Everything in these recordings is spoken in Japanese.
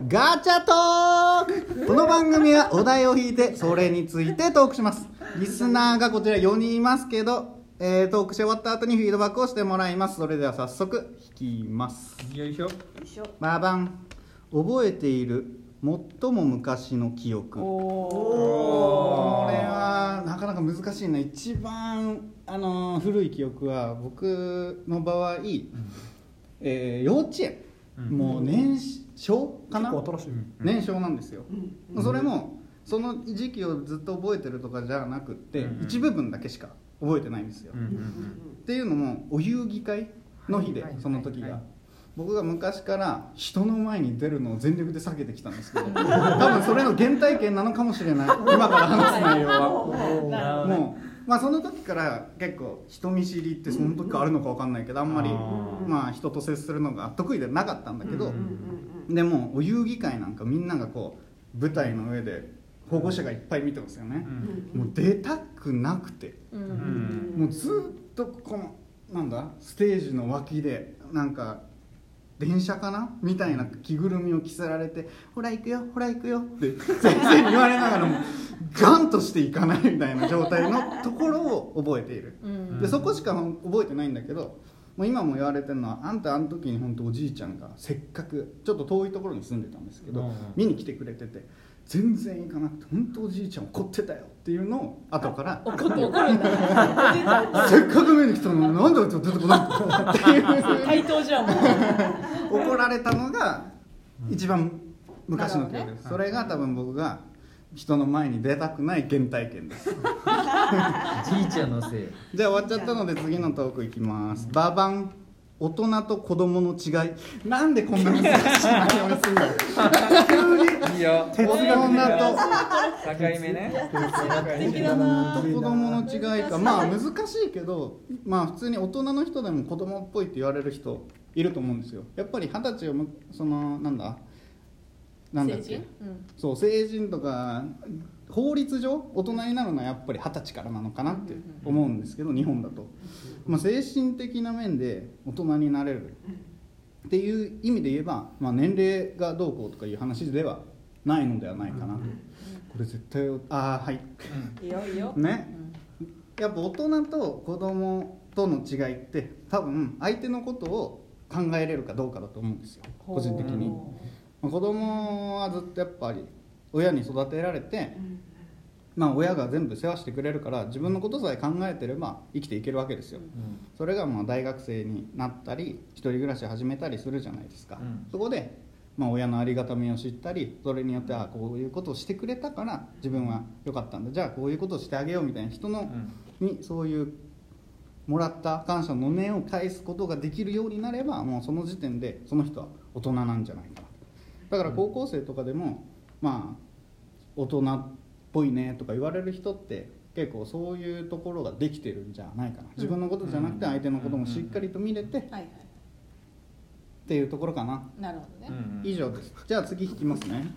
ガチャトーク。この番組はお題を引いてそれについてトークします。リスナーがこちら4人いますけど、トークし終わった後にフィードバックをしてもらいます。それでは早速引きます。 よいしょ。 ババン。覚えている最も昔の記憶。これはなかなか難しいな。一番古い記憶は僕の場合、幼稚園、もう年少かな、 結構新しい、 年少なんですよ、それもその時期をずっと覚えてるとかじゃなくって、一部分だけしか覚えてないんですよ、っていうのもお遊戯会の日で、その時が、僕が昔から人の前に出るのを全力で避けてきたんですけど多分それの原体験なのかもしれない、今から話す内容は。もうその時から結構人見知りってその時からあるのか分かんないけど、あんまり人と接するのが得意でなかったんだけど、でもお遊戯会なんかみんながこう舞台の上で保護者がいっぱい見てますよね、もう出たくなくて、もうずっとこのステージの脇でなんか電車かなみたいな着ぐるみを着せられて、ほら行くよほら行くよって先生に言われながらもガンとしていかないみたいな状態のところを覚えている、でそこしか覚えてないんだけど、もう今も言われてるのは、あんたあの時に本当おじいちゃんがせっかくちょっと遠いところに住んでたんですけど、見に来てくれてて全然行かなくて、本当おじいちゃん怒ってたよっていうのを後から怒るんだせっかく見に来たのになんで出てこないっていう対等じゃんもう怒られたのが一番昔の記憶です、それが多分僕が人の前に出たくない原体験ですじいちゃんのせい。 じゃあ終わっちゃったので次のトークいきます。ババン。大人と子供の違い。なんでこんな難しい内容にすんだよ急にいいよ。 大人と境目ね。 素敵だな。 子供の違いか、難しいけど、普通に大人の人でも子供っぽいって言われる人いると思うんですよ。やっぱり20歳をなんだっけ、そう成人とか法律上大人になるのはやっぱり20歳からなのかなって思うんですけど、日本だと、精神的な面で大人になれるっていう意味で言えば、年齢がどうこうとかいう話ではないのではないかなと。これ絶対はいいいよいいよね、やっぱ大人と子供との違いって多分相手のことを考えれるかどうかだと思うんですよ、個人的に。子供はずっとやっぱり親に育てられて、親が全部世話してくれるから自分のことさえ考えてれば生きていけるわけですよ、それが大学生になったり一人暮らし始めたりするじゃないですか、そこで親のありがたみを知ったり、それによってこういうことをしてくれたから自分は良かったんだ、じゃあこういうことをしてあげようみたいな人にそういうもらった感謝の念を返すことができるようになれば、もうその時点でその人は大人なんじゃないかな。だから高校生とかでも大人っぽいねとか言われる人って結構そういうところができてるんじゃないかな、自分のことじゃなくて相手のこともしっかりと見れてっていうところかな。 なるほどね、 以上です。じゃあ次引きますね、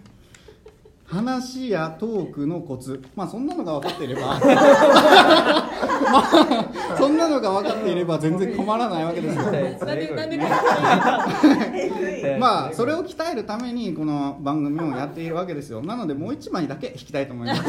話やトークのコツ。そんなのが分かっていればそんなのが分かっていれば全然困らないわけですよなんでそれを鍛えるためにこの番組をやっているわけですよ。なのでもう一枚だけ引きたいと思います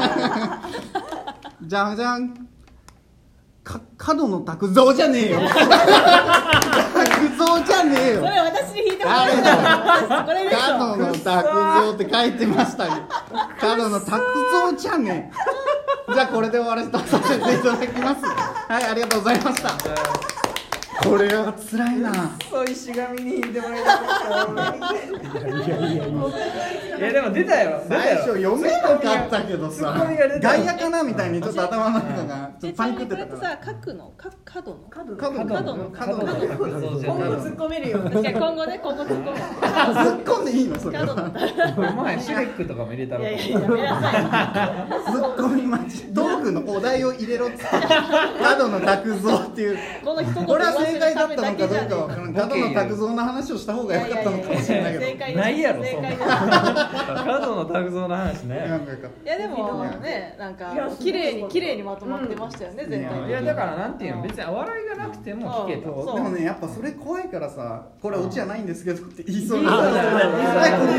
じゃじゃん。角野卓造じゃねえよ卓造じゃねえよ、 それ私に引いてもらえないこれでしょ。 角野卓造って書いてましたよ。角野卓造じゃねえ。じゃあこれで終わらせさせていただきます。はい、ありがとうございました。これは辛いな。 そう石神に引いてもらいたかった。いやでも出たよ。 最初読めなかったけどさ、外野かなみたいにちょっと頭の中がちょっとパニックってたから。 角の角の今後突っ込めるよ。確かに今後ね、今後突っ込む。 突っ込んでいいのそれは。 前シュレックとかも入れたろ。 いやいややめなさい。 突っ込み待ち。道具のお題を入れろっつって。角野卓造っていう。 この一言これは正解だったのかどうかわからない。角野卓造の話をした方が良かったのかもしれないけど。 ないやろそんな。角野卓造の話ね。 いやでもね、なんか綺麗にまとまってましたよね、全体。 いやだからなんていうの、別に笑いがなくても聞けと。 でもね、やっぱそれ怖いからさ、これオチはないんですけどって言いそうになる。これ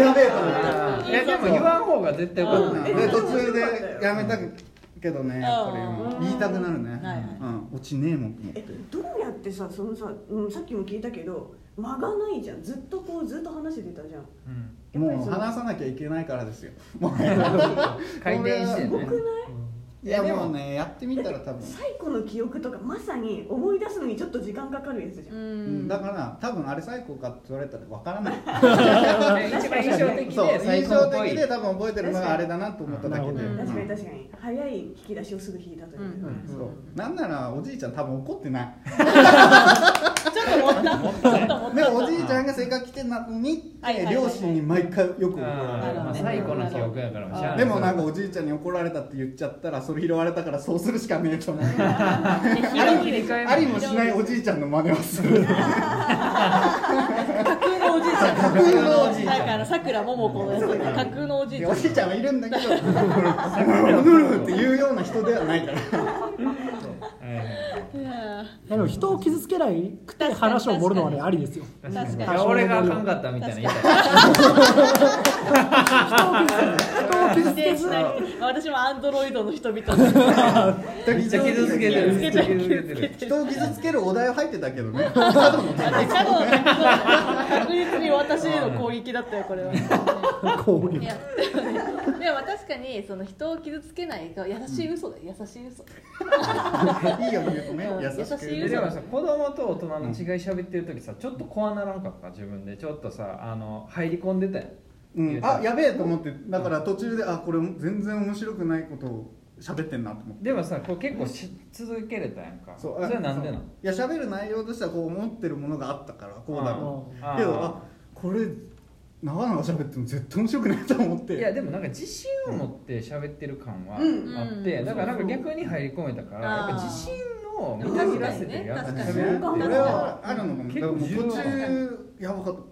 も言わん方が絶対よかった。 で途中でやめたけどね、やっぱり言いたくなるね。落ちねえもんと思って。 どうやってさ、そのさ、さっきも聞いたけど間がないじゃん。ずっと話してたじゃん。 もう話さなきゃいけないからですよ。もう回転してね。 すごくない？ いやもうね、やってみたら多分最古の記憶とかまさに思い出すのにちょっと時間かかるやつじゃん。 だから多分あれ最高かって言われたらわからない。 一番印象的で印象的で多分覚えてるのがあれだなと思っただけで。 確かに確かに早い引き出しをすぐ引いたという。 なんならおじいちゃん多分怒ってない。 ちょっと思った。 でもおじいちゃんがせっかく来てんのに両親に毎回よく怒られる。 最古の記憶やからもしゃあない。 でもなんかおじいちゃんに怒られたって言っちゃったらそれ拾われたからそうするしかねえと思う。ありもしないおじいちゃんの真似をする。 架空のおじいちゃん。 架空のおじいちゃん。 だからさくらももこのやつ。架空のおじいちゃん。 おじいちゃんはいるんだけど、っていうような人ではないから。 でも人を傷つけないくて話を盛るのはねありですよ。 確かに。 俺があかんかったみたいな言いたい。 人を傷つけず。 私もアンドロイドの人々。 めっちゃ傷つけてる。 人を傷つけるお題は入ってたけどね。 確実に私への攻撃だったよこれは。 攻撃。 でも確かにその人を傷つけない優しい嘘だよ、優しい嘘。 いいよ言うとね、優しく。 でもさ、子供と大人の違い喋ってる時さ、ちょっと怖ならんかった？自分でちょっとさ、入り込んでたよ。 あ、やべえと思って、だから途中でこれ全然面白くないことを喋ってんなと思って。 でもさ、こう結構続けれたやんか。それはなんでなの？ いや、喋る内容としてはこう思ってるものがあったからこうだろうけど、これ長々喋っても絶対面白くないと思って。 いやでもなんか自信を持って喋ってる感はあって、だからなんか逆に入り込めたから、やっぱ自信をみなぎらせてやって喋るって。 これはあるのかも。 結構途中やばかった。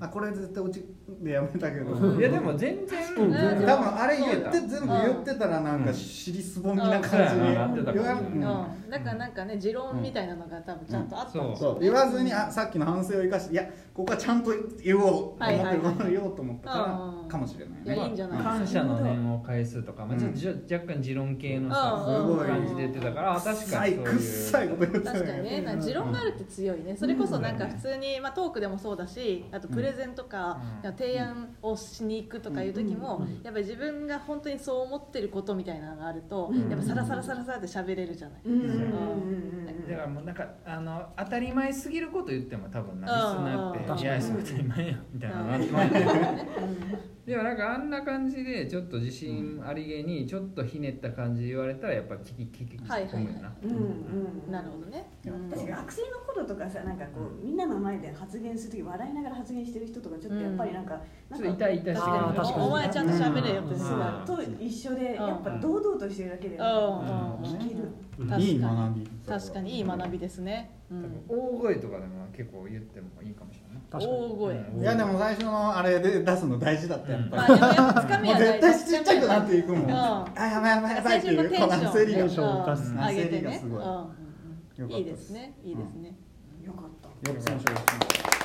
これ絶対落ちでやめたけど。 いやでも全然多分あれ全部言ってたらなんか尻すぼみな感じになってたかもしれない。 だからなんかね持論みたいなのが多分ちゃんとあったんですよ。言わずにさっきの反省を生かして、いやここはちゃんと言おうと思ってることを言おうと思ったからかもしれないね。 いいんじゃない感謝の念を返すとか、ちょっと若干持論系のさ感じで言ってたから、確かにくっさいこと言ってた。 確かにね、持論があるって強いね。それこそなんか普通にトークでもそうだし、あとプレゼンとか提案をしに行くとかいう時もやっぱり自分が本当にそう思ってることみたいなのがあるとやっぱサラサラサラサラって喋れるじゃない。 だからもうなんか当たり前すぎること言っても多分リスナーっていやそれ当たり前やみたいなのがあってますね。でもなんかあんな感じでちょっと自信ありげにちょっとひねった感じで言われたらやっぱ聞き込むよな。 なるほどね。 私学生の頃とかさ、なんかこうみんなの前で発言する時笑いながら発言してる人とかちょっとやっぱりなんかちょっと痛いしてる。 お前ちゃんと喋れよってと一緒でやっぱ堂々としてるだけで聞ける。 いい学び。 確かにいい学びですね。 大声とかでも結構言ってもいいかもしれない。 大声。 いやでも最初のあれで出すの大事だったやっぱり。もう絶対ちっちゃくなっていくもん。やばいやばいやばいっていうこの焦りが上げてね。 すごい。 いいですね。いいですね。 よかった。 よく選手が